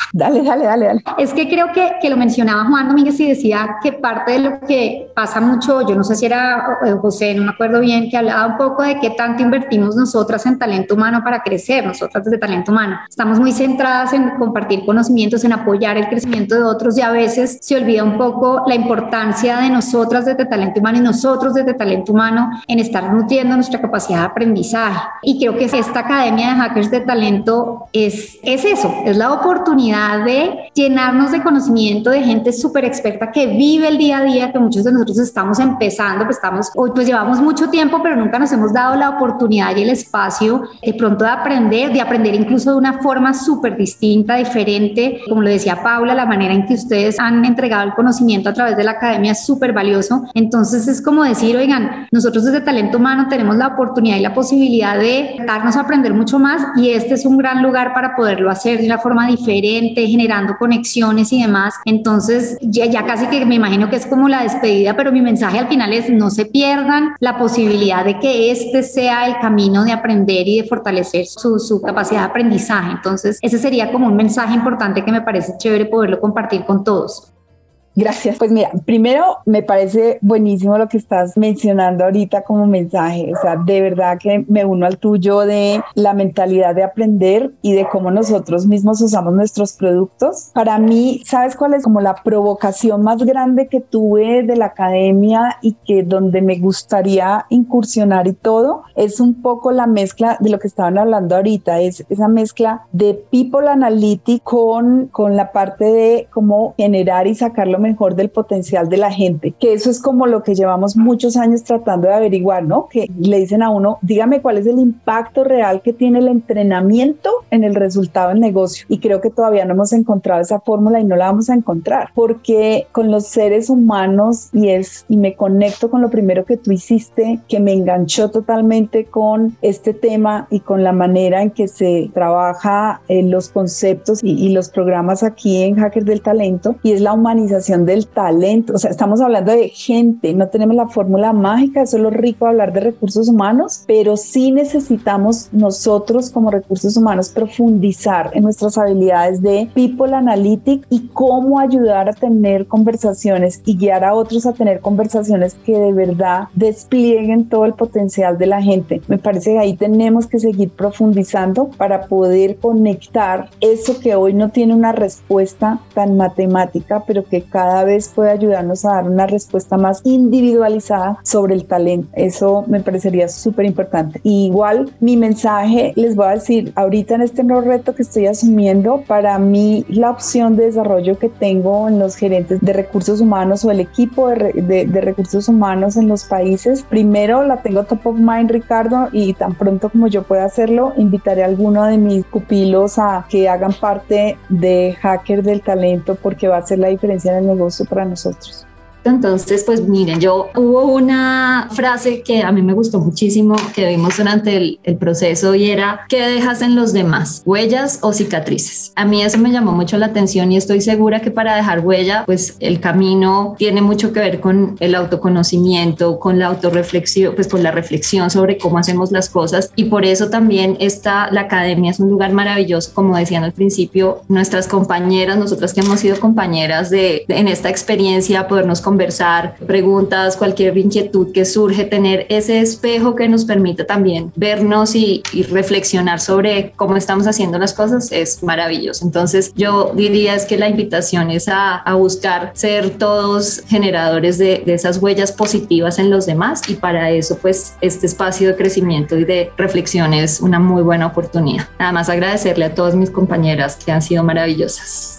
Dale, dale, dale, dale. Es que creo que, que lo mencionaba Juan Domínguez y decía que parte de lo que pasa mucho, yo no sé si era José, no me acuerdo bien, que hablaba un poco de qué tanto invertimos nosotras en talento humano para crecer, nosotras desde talento humano. Estamos muy centradas en compartir conocimientos, en apoyar el crecimiento de otros y a veces se olvida un poco la importancia de nosotras desde talento humano y nosotros desde talento humano en estar nutriendo nuestra capacidad de aprendizaje. Y creo que esta Academia de Hackers de Talento es, es eso, es la oportunidad de llenarnos de conocimiento de gente súper experta que vive el día a día, que muchos de nosotros estamos empezando, pues, estamos, pues llevamos mucho tiempo, pero nunca nos hemos dado la oportunidad y el espacio de pronto de aprender, de aprender incluso de una forma súper distinta, diferente. Como lo decía Paula, la manera en que ustedes han entregado el conocimiento a través de la academia es súper valioso. Entonces es como decir, oigan, nosotros desde Talento Humano tenemos la oportunidad y la posibilidad de darnos a aprender mucho más y este es un gran lugar para poderlo hacer de una forma diferente, generando conexiones y demás. Entonces ya, ya casi que me imagino que es como la despedida, pero mi mensaje al final es no se pierdan la posibilidad de que este sea el camino de aprender y de fortalecer su, su capacidad de aprendizaje. Entonces ese sería como un mensaje importante que me parece chévere poderlo compartir con todos. Gracias. Pues mira, primero me parece buenísimo lo que estás mencionando ahorita como mensaje. O sea, de verdad que me uno al tuyo de la mentalidad de aprender y de cómo nosotros mismos usamos nuestros productos. Para mí, ¿sabes cuál es como la provocación más grande que tuve de la academia y que donde me gustaría incursionar y todo? Es un poco la mezcla de lo que estaban hablando ahorita, es esa mezcla de People Analytics con, con la parte de cómo generar y sacar lo mejor del potencial de la gente, que eso es como lo que llevamos muchos años tratando de averiguar, ¿no? Que le dicen a uno, dígame cuál es el impacto real que tiene el entrenamiento en el resultado del negocio, y creo que todavía no hemos encontrado esa fórmula y no la vamos a encontrar, porque con los seres humanos, y es, y me conecto con lo primero que tú hiciste, que me enganchó totalmente con este tema y con la manera en que se trabaja en los conceptos y, y los programas aquí en Hackers del Talento, y es la humanización del talento. O sea, estamos hablando de gente, no tenemos la fórmula mágica, eso es lo rico de hablar de recursos humanos, pero sí necesitamos nosotros como recursos humanos profundizar en nuestras habilidades de People Analytics y cómo ayudar a tener conversaciones y guiar a otros a tener conversaciones que de verdad desplieguen todo el potencial de la gente. Me parece que ahí tenemos que seguir profundizando para poder conectar eso que hoy no tiene una respuesta tan matemática, pero que cada vez puede ayudarnos a dar una respuesta más individualizada sobre el talento. Eso me parecería súper importante. Y igual mi mensaje, les voy a decir, ahorita en este nuevo reto que estoy asumiendo, para mí la opción de desarrollo que tengo en los gerentes de recursos humanos o el equipo de, de, de recursos humanos en los países, primero la tengo top of mind, Ricardo, y tan pronto como yo pueda hacerlo, invitaré a alguno de mis pupilos a que hagan parte de Hackers del Talento, porque va a ser la diferencia en el negocio para nosotros. Entonces, pues miren, yo hubo una frase que a mí me gustó muchísimo que vimos durante el, el proceso y era ¿qué dejas en los demás? ¿Huellas o cicatrices? A mí eso me llamó mucho la atención y estoy segura que para dejar huella, pues el camino tiene mucho que ver con el autoconocimiento, con la autorreflexión, pues con la reflexión sobre cómo hacemos las cosas, y por eso también está la academia, es un lugar maravilloso, como decían al principio, nuestras compañeras, nosotras que hemos sido compañeras de, de en esta experiencia, podernos conversar, preguntas, cualquier inquietud que surge, tener ese espejo que nos permita también vernos y, y reflexionar sobre cómo estamos haciendo las cosas es maravilloso. Entonces yo diría es que la invitación es a, a buscar ser todos generadores de, de esas huellas positivas en los demás, y para eso pues este espacio de crecimiento y de reflexión es una muy buena oportunidad. Nada más agradecerle a todas mis compañeras que han sido maravillosas.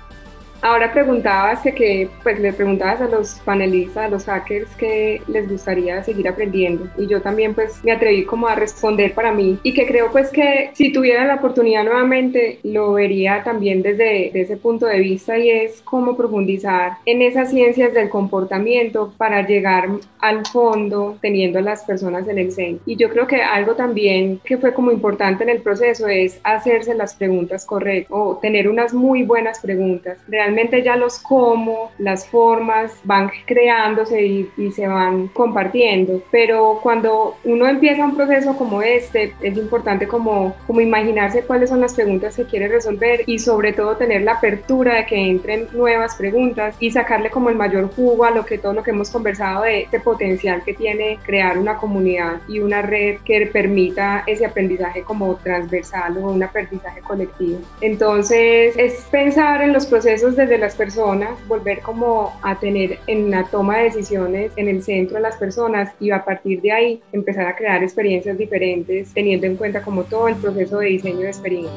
Ahora preguntabas que, que pues le preguntabas a los panelistas, a los hackers, que les gustaría seguir aprendiendo, y yo también pues me atreví como a responder para mí, y que creo pues que si tuviera la oportunidad nuevamente lo vería también desde, desde ese punto de vista, y es cómo profundizar en esas ciencias del comportamiento para llegar al fondo teniendo a las personas en el centro. Y yo creo que algo también que fue como importante en el proceso es hacerse las preguntas correctas o tener unas muy buenas preguntas. Realmente finalmente ya los cómo, las formas van creándose y, y se van compartiendo, pero cuando uno empieza un proceso como este, es importante como, como imaginarse cuáles son las preguntas que quiere resolver y sobre todo tener la apertura de que entren nuevas preguntas y sacarle como el mayor jugo a lo que todo lo que hemos conversado de este potencial que tiene crear una comunidad y una red que permita ese aprendizaje como transversal o un aprendizaje colectivo. Entonces es pensar en los procesos desde las personas, volver como a tener en la toma de decisiones en el centro a las personas y a partir de ahí empezar a crear experiencias diferentes teniendo en cuenta como todo el proceso de diseño de experiencia.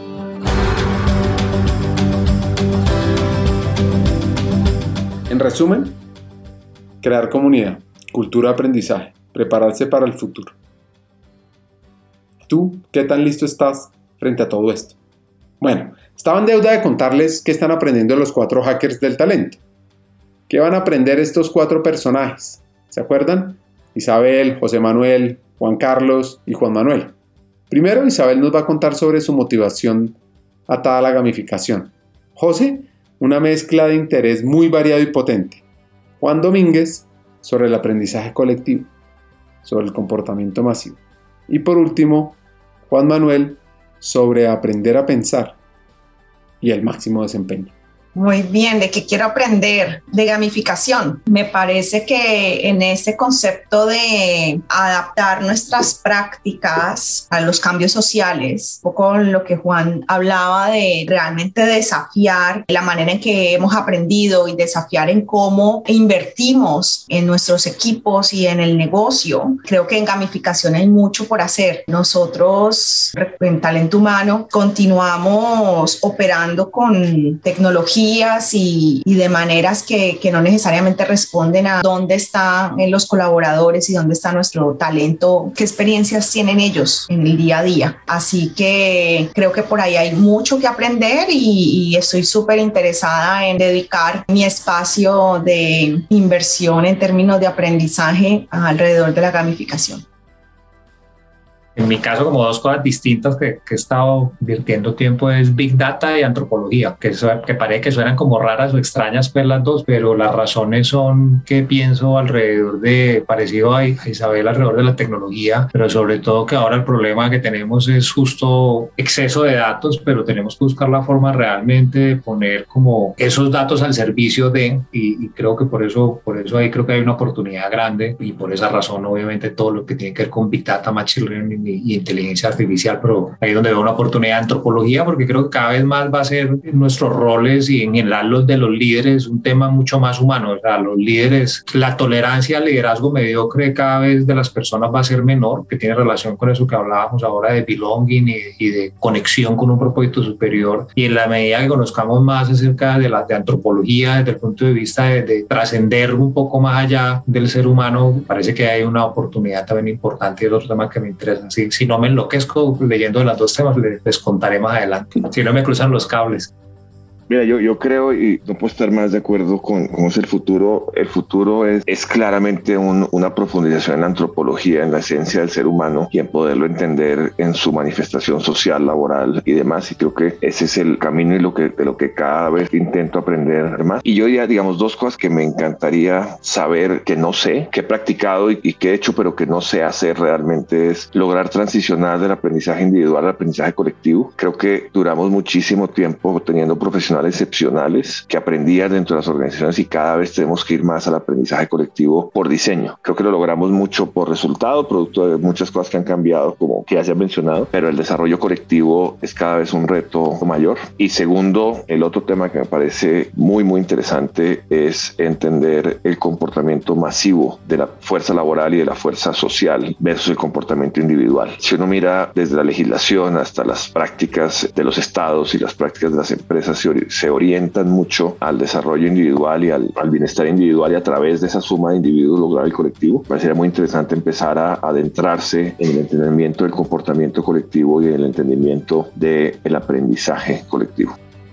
En resumen, crear comunidad, cultura de aprendizaje, prepararse para el futuro. ¿Tú qué tan listo estás frente a todo esto? Bueno, estaba en deuda de contarles qué están aprendiendo los cuatro hackers del talento. ¿Qué van a aprender estos cuatro personajes? ¿Se acuerdan? Isabel, José Manuel, Juan Carlos y Juan Manuel. Primero, Isabel nos va a contar sobre su motivación atada a la gamificación. José, una mezcla de interés muy variado y potente. Juan Domínguez, sobre el aprendizaje colectivo, sobre el comportamiento masivo. Y por último, Juan Manuel, sobre aprender a pensar y el máximo desempeño. Muy bien, ¿de qué quiero aprender? De gamificación. Me parece que en ese concepto de adaptar nuestras prácticas a los cambios sociales, un poco lo que Juan hablaba de realmente desafiar la manera en que hemos aprendido y desafiar en cómo invertimos en nuestros equipos y en el negocio. Creo que en gamificación hay mucho por hacer. Nosotros en Talento Humano continuamos operando con tecnología Y, y de maneras que, que no necesariamente responden a dónde están los colaboradores y dónde está nuestro talento, qué experiencias tienen ellos en el día a día. Así que creo que por ahí hay mucho que aprender y, y estoy súper interesada en dedicar mi espacio de inversión en términos de aprendizaje alrededor de la gamificación. En mi caso, como dos cosas distintas que, que he estado invirtiendo tiempo es Big Data y antropología, que, que parece que suenan como raras o extrañas pues las dos, pero las razones son que pienso alrededor de, parecido a Isabel, alrededor de la tecnología, pero sobre todo que ahora el problema que tenemos es justo exceso de datos, pero tenemos que buscar la forma realmente de poner como esos datos al servicio de, y, y creo que por eso, por eso ahí creo que hay una oportunidad grande y por esa razón obviamente todo lo que tiene que ver con Big Data, Machine Learning y inteligencia artificial, pero ahí es donde veo una oportunidad de antropología porque creo que cada vez más va a ser nuestros roles y en general los de los líderes un tema mucho más humano. O sea, los líderes, la tolerancia al liderazgo mediocre cada vez de las personas va a ser menor, que tiene relación con eso que hablábamos ahora de belonging y, y de conexión con un propósito superior, y en la medida que conozcamos más acerca de la de antropología desde el punto de vista de, de trascender un poco más allá del ser humano, parece que hay una oportunidad también importante y es otro tema que me interesa. Si, si no me enloquezco leyendo de los dos temas, les, les contaré más adelante. Si no me cruzan los cables. Mira, yo, yo creo, y no puedo estar más de acuerdo con cómo es el futuro. El futuro es, es claramente un, una profundización en la antropología, en la esencia del ser humano y en poderlo entender en su manifestación social, laboral y demás. Y creo que ese es el camino y lo que, de lo que cada vez intento aprender más. Y yo ya, digamos, dos cosas que me encantaría saber que no sé, que he practicado y, y que he hecho, pero que no sé hacer realmente, es lograr transicionar del aprendizaje individual al aprendizaje colectivo. Creo que duramos muchísimo tiempo teniendo profesionales excepcionales que aprendían dentro de las organizaciones y cada vez tenemos que ir más al aprendizaje colectivo por diseño. Creo que lo logramos mucho por resultado, producto de muchas cosas que han cambiado, como que ya se ha mencionado, pero el desarrollo colectivo es cada vez un reto mayor. Y segundo, el otro tema que me parece muy, muy interesante es entender el comportamiento masivo de la fuerza laboral y de la fuerza social versus el comportamiento individual. Si uno mira desde la legislación hasta las prácticas de los estados y las prácticas de las empresas, se se orientan mucho al desarrollo individual y al, al bienestar individual, y a través de esa suma de individuos lograr el colectivo. Me parecería muy interesante empezar a adentrarse en el entendimiento del comportamiento colectivo y en el entendimiento del aprendizaje colectivo.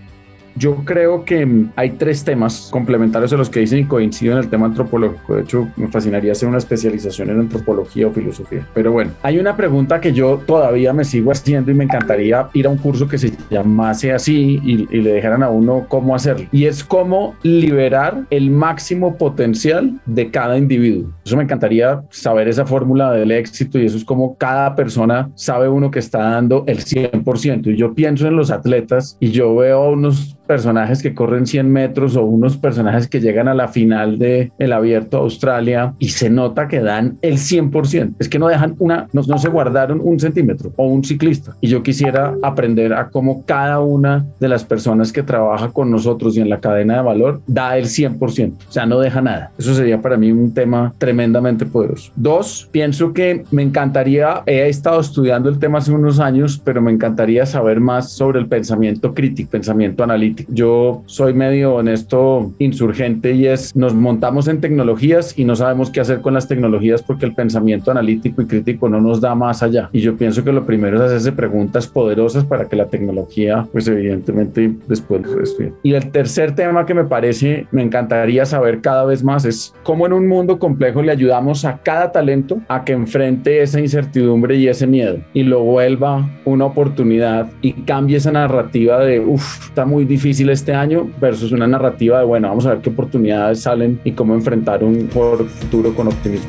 Yo creo que hay tres temas complementarios a los que dicen y coincido en el tema antropológico. De hecho, me fascinaría hacer una especialización en antropología o filosofía. Pero bueno, hay una pregunta que yo todavía me sigo haciendo y me encantaría ir a un curso que se llamase así y, y le dejaran a uno cómo hacerlo. Y es cómo liberar el máximo potencial de cada individuo. Eso me encantaría saber esa fórmula del éxito, y eso es como cada persona sabe uno que está dando el cien por ciento. Y yo pienso en los atletas y yo veo unos personajes que corren cien metros o unos personajes que llegan a la final de el Abierto de Australia y se nota que dan el cien por ciento. Es que no dejan una, no, no se guardaron un centímetro, o un ciclista. Y yo quisiera aprender a cómo cada una de las personas que trabaja con nosotros y en la cadena de valor da el cien por ciento. O sea, no deja nada. Eso sería para mí un tema tremendamente poderoso. Dos, pienso que me encantaría, he estado estudiando el tema hace unos años, pero me encantaría saber más sobre el pensamiento crítico, pensamiento analítico. Yo soy medio en esto insurgente, y es, nos montamos en tecnologías y no sabemos qué hacer con las tecnologías porque el pensamiento analítico y crítico no nos da más allá. Y yo pienso que lo primero es hacerse preguntas poderosas para que la tecnología, pues evidentemente después estudie. Y el tercer tema que me parece, me encantaría saber cada vez más, es cómo en un mundo complejo le ayudamos a cada talento a que enfrente esa incertidumbre y ese miedo y lo vuelva una oportunidad y cambie esa narrativa de uff, está muy difícil este año versus una narrativa de bueno, vamos a ver qué oportunidades salen y cómo enfrentar un futuro con optimismo.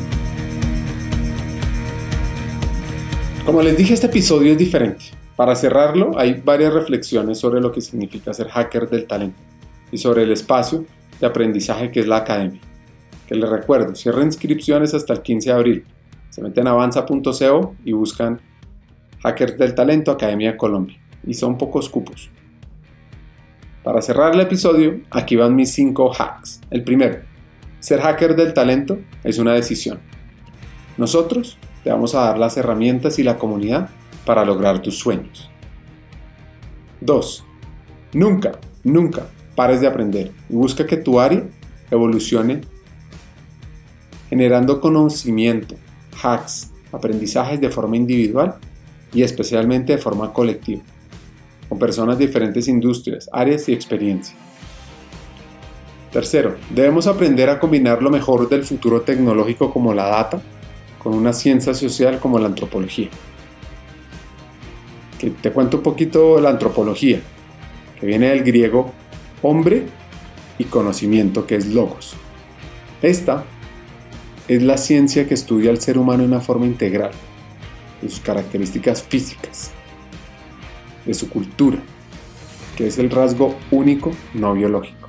Como les dije, este episodio es diferente. Para cerrarlo, hay varias reflexiones sobre lo que significa ser hacker del talento y sobre el espacio de aprendizaje que es la academia. Que les recuerdo, cierra inscripciones hasta el quince de abril. Se meten a avanza punto co y buscan Hackers del Talento Academia Colombia. Y son pocos cupos. Para cerrar el episodio, aquí van mis cinco hacks. El primero, ser hacker del talento es una decisión. Nosotros te vamos a dar las herramientas y la comunidad para lograr tus sueños. dos. Nunca, nunca pares de aprender y busca que tu área evolucione generando conocimiento, hacks, aprendizajes de forma individual y especialmente de forma colectiva, con personas de diferentes industrias, áreas y experiencia. Tercero, debemos aprender a combinar lo mejor del futuro tecnológico como la data con una ciencia social como la antropología. Que te cuento un poquito de la antropología, que viene del griego hombre y conocimiento, que es logos. Esta es la ciencia que estudia al ser humano de una forma integral, de sus características físicas, de su cultura, que es el rasgo único no biológico.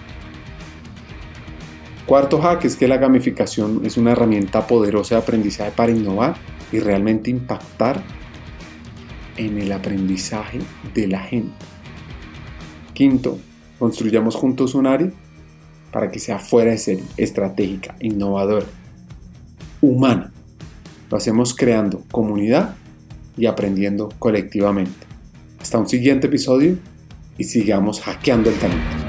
Cuarto hack es que la gamificación es una herramienta poderosa de aprendizaje para innovar y realmente impactar en el aprendizaje de la gente. Quinto, construyamos juntos un área para que sea fuera de serie, estratégica, innovadora, humana. Lo hacemos creando comunidad y aprendiendo colectivamente. Hasta un siguiente episodio y sigamos hackeando el talento.